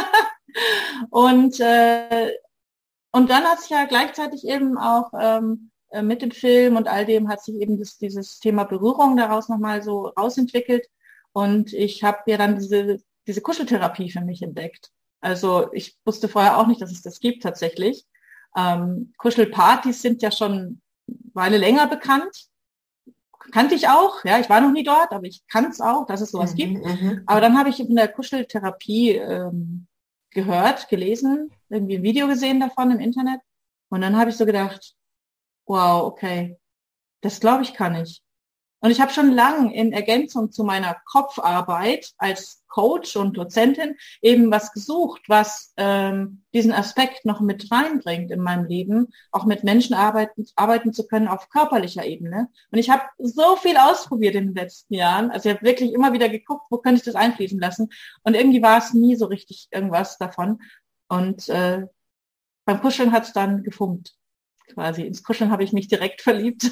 und äh, und dann hat sich ja gleichzeitig eben auch ähm, mit dem Film und all dem hat sich eben das, dieses Thema Berührung daraus nochmal so rausentwickelt. Und ich habe ja dann diese, diese Kuscheltherapie für mich entdeckt. Also ich wusste vorher auch nicht, dass es das gibt tatsächlich. Ähm, Kuschelpartys sind ja schon eine Weile länger bekannt. Kannte ich auch, ja, ich war noch nie dort, aber ich kannte es auch, dass es sowas mhm, gibt. Mhm. Aber dann habe ich in der Kuscheltherapie ähm, gehört, gelesen, irgendwie ein Video gesehen davon im Internet. Und dann habe ich so gedacht, wow, okay, das glaube ich kann ich. Und ich habe schon lange in Ergänzung zu meiner Kopfarbeit als Coach und Dozentin eben was gesucht, was ähm, diesen Aspekt noch mit reinbringt in meinem Leben, auch mit Menschen arbeiten, arbeiten zu können auf körperlicher Ebene. Und ich habe so viel ausprobiert in den letzten Jahren. Also ich habe wirklich immer wieder geguckt, wo könnte ich das einfließen lassen. Und irgendwie war es nie so richtig irgendwas davon. Und äh, beim Kuscheln hat es dann gefunkt. Quasi ins Kuscheln habe ich mich direkt verliebt.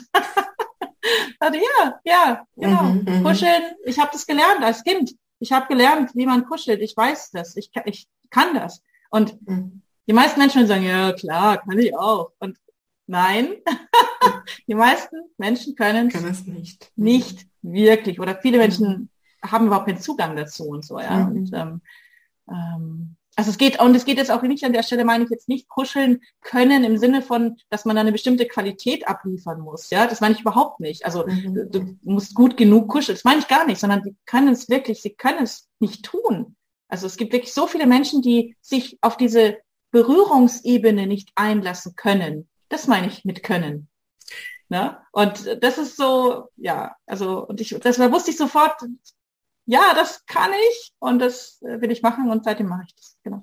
Also, ja, ja, genau. Mhm, Kuscheln, ich habe das gelernt als Kind. Ich habe gelernt, wie man kuschelt. Ich weiß das. Ich, ich kann das. Und mhm. die meisten Menschen sagen, ja, klar, kann ich auch. Und nein, die meisten Menschen können es nicht. nicht wirklich. Oder viele Menschen mhm. haben überhaupt keinen Zugang dazu und so, ja. Mhm. Und, ähm, ähm, also es geht, und es geht jetzt auch nicht an der Stelle, meine ich jetzt nicht kuscheln können im Sinne von, dass man da eine bestimmte Qualität abliefern muss, ja, das meine ich überhaupt nicht. Also mhm. du, du musst gut genug kuscheln, das meine ich gar nicht, sondern die können es wirklich, sie können es nicht tun. Also es gibt wirklich so viele Menschen, die sich auf diese Berührungsebene nicht einlassen können. Das meine ich mit können. Ne? Und das ist so, ja, also, und ich, das war, wusste ich sofort, ja, das kann ich und das will ich machen und seitdem mache ich das, genau.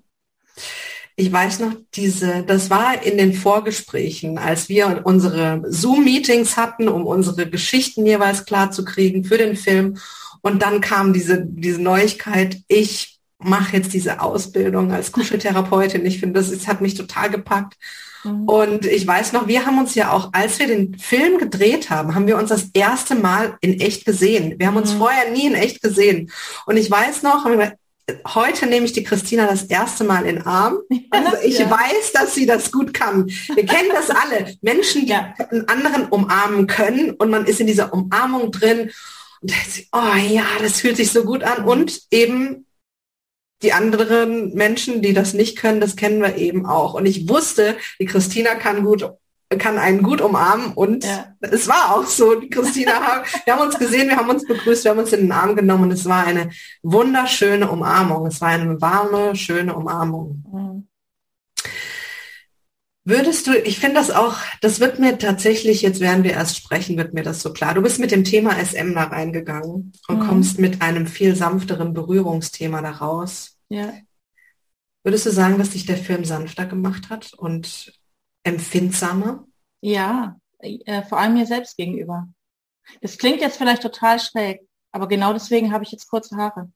Ich weiß noch, diese, das war in den Vorgesprächen, als wir unsere Zoom-Meetings hatten, um unsere Geschichten jeweils klar zu kriegen für den Film. Und dann kam diese, diese Neuigkeit, ich mache jetzt diese Ausbildung als Kuscheltherapeutin. Ich finde, das, das hat mich total gepackt. Mhm. Und ich weiß noch, wir haben uns ja auch, als wir den Film gedreht haben, haben wir uns das erste Mal in echt gesehen. Wir haben uns mhm. vorher nie in echt gesehen. Und ich weiß noch, heute nehme ich die Christina das erste Mal in den Arm. Also ich ja. weiß, dass sie das gut kann. Wir kennen das alle. Menschen, die ja. einen anderen umarmen können und man ist in dieser Umarmung drin und denkt, oh ja, das fühlt sich so gut an. Und eben die anderen Menschen, die das nicht können, das kennen wir eben auch. Und ich wusste, die Christina kann gut, kann einen gut umarmen und ja. es war auch so. Die Christina, wir haben uns gesehen, wir haben uns begrüßt, wir haben uns in den Arm genommen und es war eine wunderschöne Umarmung. Es war eine warme, schöne Umarmung. Mhm. Würdest du, ich finde das auch, das wird mir tatsächlich, jetzt während wir erst sprechen, wird mir das so klar. Du bist mit dem Thema S M da reingegangen und mhm. kommst mit einem viel sanfteren Berührungsthema da raus. Ja. Würdest du sagen, dass dich der Film sanfter gemacht hat und empfindsamer? Ja, äh, vor allem mir selbst gegenüber. Das klingt jetzt vielleicht total schräg, aber genau deswegen habe ich jetzt kurze Haare.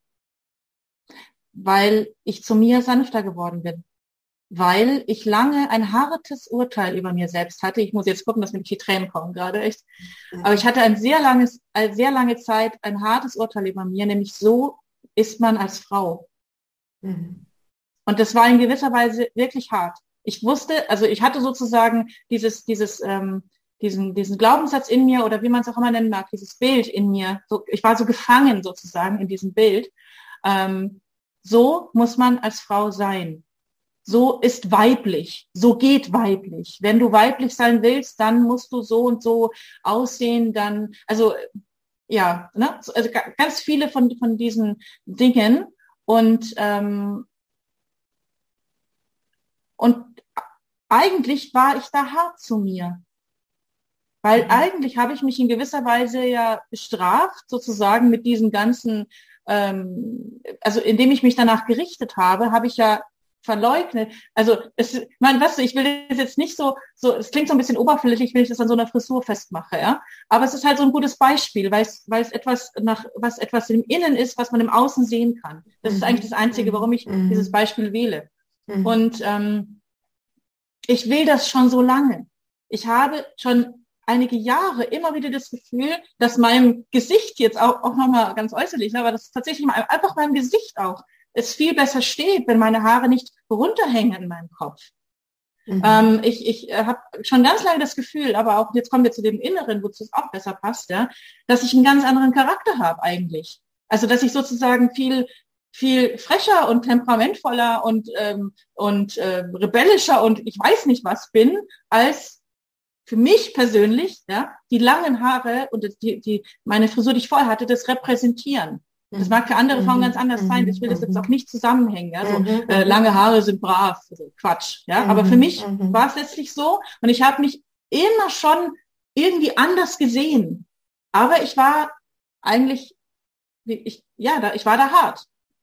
Weil ich zu mir sanfter geworden bin. Weil ich lange ein hartes Urteil über mir selbst hatte. Ich muss jetzt gucken, dass mir die Tränen kommen gerade, echt. Aber ich hatte ein sehr langes, eine sehr lange Zeit ein hartes Urteil über mir, nämlich so ist man als Frau. Mhm. Und das war in gewisser Weise wirklich hart. Ich wusste, also ich hatte sozusagen dieses, dieses, ähm, diesen, diesen Glaubenssatz in mir oder wie man es auch immer nennen mag, dieses Bild in mir. So, ich war so gefangen sozusagen in diesem Bild. Ähm, so muss man als Frau sein. So ist weiblich, so geht weiblich. Wenn du weiblich sein willst, dann musst du so und so aussehen, dann, also ja, ne? Also ganz viele von, von diesen Dingen und ähm, und eigentlich war ich da hart zu mir, weil mhm. eigentlich habe ich mich in gewisser Weise ja bestraft, sozusagen mit diesen ganzen, ähm, also indem ich mich danach gerichtet habe, habe ich ja verleugnet. Also es, man, weißt du, ich will das jetzt nicht so, so, es klingt so ein bisschen oberflächlich, wenn ich das an so einer Frisur festmache, ja. Aber es ist halt so ein gutes Beispiel, weil es, weil es etwas nach, was etwas im Innen ist, was man im Außen sehen kann. Das mhm. ist eigentlich das Einzige, warum ich mhm. dieses Beispiel wähle. Mhm. Und ähm, ich will das schon so lange. Ich habe schon einige Jahre immer wieder das Gefühl, dass meinem Gesicht jetzt auch, auch nochmal ganz äußerlich, aber das ist tatsächlich einfach meinem Gesicht auch, es viel besser steht, wenn meine Haare nicht runterhängen in meinem Kopf. Mhm. Ähm, ich ich äh, habe schon ganz lange das Gefühl, aber auch jetzt kommen wir zu dem Inneren, wozu es auch besser passt, ja, dass ich einen ganz anderen Charakter habe eigentlich. Also dass ich sozusagen viel viel frecher und temperamentvoller und ähm, und äh, rebellischer und ich weiß nicht was bin, als für mich persönlich, ja, die langen Haare und die die meine Frisur, die ich vorher hatte, das repräsentieren. Das mag für andere Frauen ganz anders sein. Ich will das jetzt auch nicht zusammenhängen. Ja? So, äh, lange Haare sind brav. Also Quatsch. Ja? Aber für mich war es letztlich so. Und ich habe mich immer schon irgendwie anders gesehen. Aber ich war eigentlich, ich, ja, da, ich war da hart.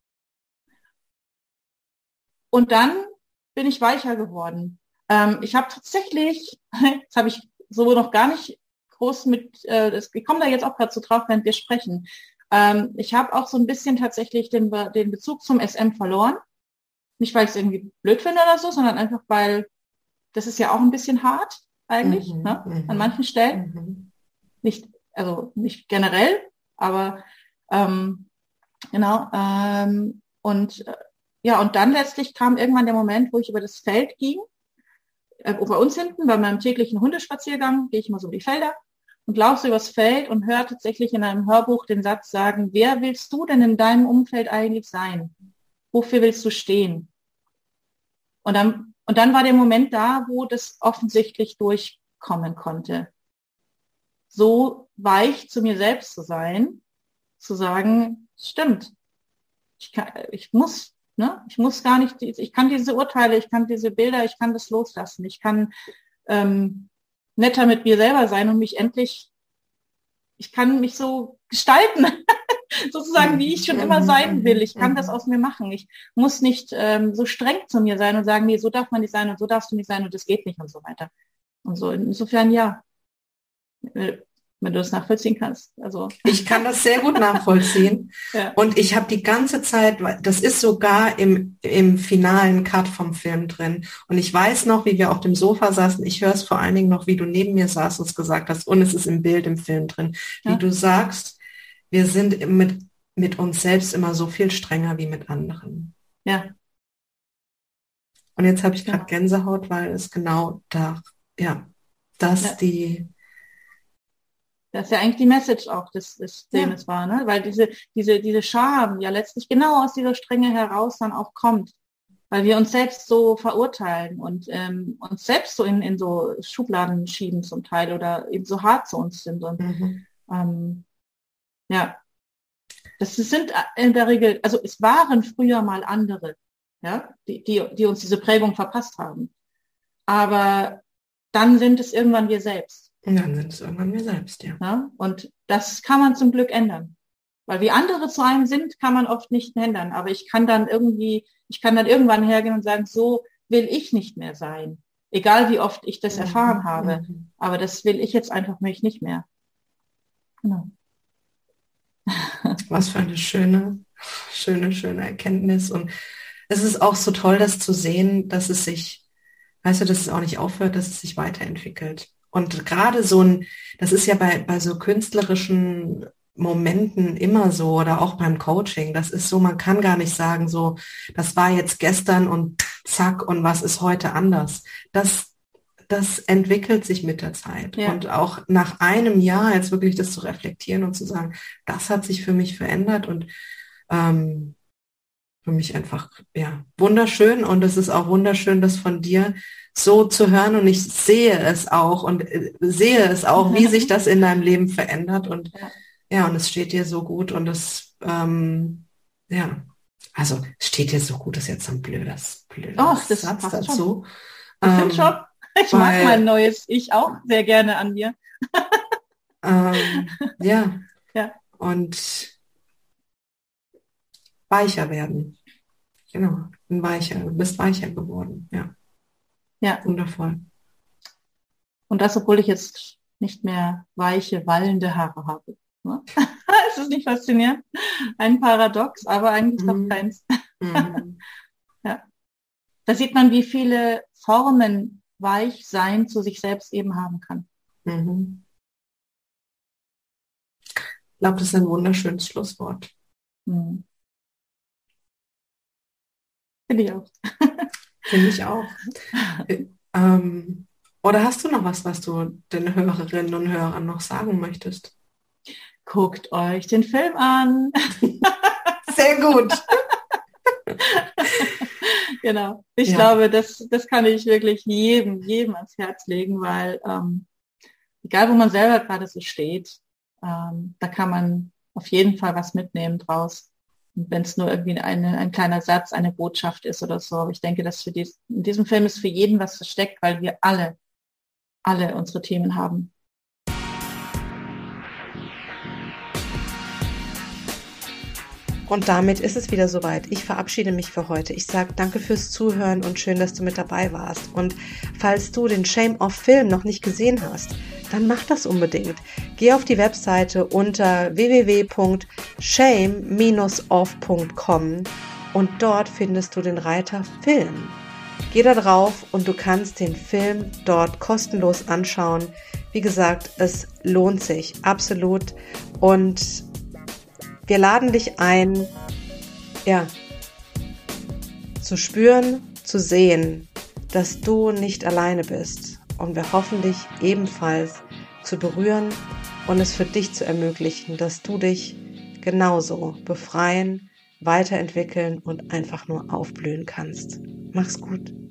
Und dann bin ich weicher geworden. Ähm, ich habe tatsächlich, das habe ich so noch gar nicht groß mit, äh, das, ich komme da jetzt auch gerade so drauf, während wir sprechen. Ähm, ich habe auch so ein bisschen tatsächlich den, den Bezug zum S M verloren. Nicht, weil ich es irgendwie blöd finde oder so, sondern einfach, weil das ist ja auch ein bisschen hart eigentlich, mhm, ne? Mhm. An manchen Stellen. Mhm. Nicht, also nicht generell, aber ähm, genau. Ähm, und äh, ja, und dann letztlich kam irgendwann der Moment, wo ich über das Feld ging. Äh, bei uns hinten, bei meinem täglichen Hundespaziergang, gehe ich immer so über die Felder. Und laufe übers Feld und höre tatsächlich in einem Hörbuch den Satz sagen, wer willst du denn in deinem Umfeld eigentlich sein? Wofür willst du stehen? Und dann, und dann war der Moment da, wo das offensichtlich durchkommen konnte. So weich zu mir selbst zu sein, zu sagen, stimmt, ich, kann, ich muss, ne, ich muss gar nicht, ich kann diese Urteile, ich kann diese Bilder, ich kann das loslassen, ich kann ähm, netter mit mir selber sein und mich endlich, ich kann mich so gestalten, sozusagen, wie ich schon immer sein will. Ich kann das aus mir machen. Ich muss nicht ähm, so streng zu mir sein und sagen, nee, so darf man nicht sein und so darfst du nicht sein und das geht nicht und so weiter. Und so, insofern ja, wenn du das nachvollziehen kannst. Also ich kann das sehr gut nachvollziehen. Ja. Und ich habe die ganze Zeit, das ist sogar im, im finalen Cut vom Film drin. Und ich weiß noch, wie wir auf dem Sofa saßen. Ich höre es vor allen Dingen noch, wie du neben mir saßt und es gesagt hast. Und es ist im Bild im Film drin. Wie ja. du sagst, wir sind mit, mit uns selbst immer so viel strenger wie mit anderen. Ja. Und jetzt habe ich gerade ja. Gänsehaut, weil es genau da, ja, dass ja. die Das ist ja eigentlich die Message auch des, des Filmes ja. war, ne? Weil diese, diese, diese Scham ja letztlich genau aus dieser Strenge heraus dann auch kommt. Weil wir uns selbst so verurteilen und ähm, uns selbst so in, in so Schubladen schieben zum Teil oder eben so hart zu uns sind. Und mhm. ähm, ja, das sind in der Regel, also es waren früher mal andere, ja, die, die, die uns diese Prägung verpasst haben. Aber dann sind es irgendwann wir selbst. Und dann sind es irgendwann wir selbst, ja. ja. Und das kann man zum Glück ändern. Weil wie andere zu einem sind, kann man oft nicht ändern. Aber ich kann dann irgendwie, ich kann dann irgendwann hergehen und sagen, so will ich nicht mehr sein. Egal wie oft ich das Mhm. erfahren habe. Mhm. Aber das will ich jetzt einfach mich nicht mehr. Genau. Was für eine schöne, schöne, schöne Erkenntnis. Und es ist auch so toll, das zu sehen, dass es sich, weißt du, dass es auch nicht aufhört, dass es sich weiterentwickelt. Und gerade so ein, das ist ja bei, bei so künstlerischen Momenten immer so oder auch beim Coaching, das ist so, man kann gar nicht sagen, so, das war jetzt gestern und zack und was ist heute anders. Das, das entwickelt sich mit der Zeit. Ja. Und auch nach einem Jahr jetzt wirklich das zu reflektieren und zu sagen, das hat sich für mich verändert und ähm, für mich einfach, ja, wunderschön. Und es ist auch wunderschön, das von dir so zu hören. Und ich sehe es auch und äh, sehe es auch, wie sich das in deinem Leben verändert. Und Ja. ja, und es steht dir so gut und es, ähm, ja, also es steht dir so gut, ist jetzt so ein blödes, blöder Och, das Satz passt dazu. Ich Ähm, finde schon, ich weil- mag mein neues Ich auch sehr gerne an mir. ähm, ja. Ja. Und weicher werden. Genau, ein weicher, du bist weicher geworden. Ja, Ja. wundervoll. Und das, obwohl ich jetzt nicht mehr weiche, wallende Haare habe. Ne? Ist das nicht faszinierend? Ein Paradox, aber eigentlich Mhm. doch keins. Mhm. Da sieht man, wie viele Formen Weichsein zu sich selbst eben haben kann. Mhm. Ich glaube, das ist ein wunderschönes Schlusswort. Hm. Finde ich auch. Finde ich auch. ähm, oder hast du noch was, was du den Hörerinnen und Hörern noch sagen möchtest? Guckt euch den Film an. Sehr gut. Genau. Ich Ja. glaube, das, das kann ich wirklich jedem, jedem ans Herz legen, weil ähm, egal, wo man selber gerade so steht, ähm, da kann man auf jeden Fall was mitnehmen draus. Und wenn es nur irgendwie eine, ein kleiner Satz, eine Botschaft ist oder so. Aber ich denke, dass für dies, in diesem Film ist für jeden was versteckt, weil wir alle, alle unsere Themen haben. Und damit ist es wieder soweit. Ich verabschiede mich für heute. Ich sage danke fürs Zuhören und schön, dass du mit dabei warst. Und falls du den Shame-Off-Film noch nicht gesehen hast, dann mach das unbedingt. Geh auf die Webseite unter w w w punkt shame dash off punkt com und dort findest du den Reiter Film. Geh da drauf und du kannst den Film dort kostenlos anschauen. Wie gesagt, es lohnt sich absolut und wir laden dich ein, ja, zu spüren, zu sehen, dass du nicht alleine bist. Und wir hoffen dich ebenfalls zu berühren und es für dich zu ermöglichen, dass du dich genauso befreien, weiterentwickeln und einfach nur aufblühen kannst. Mach's gut.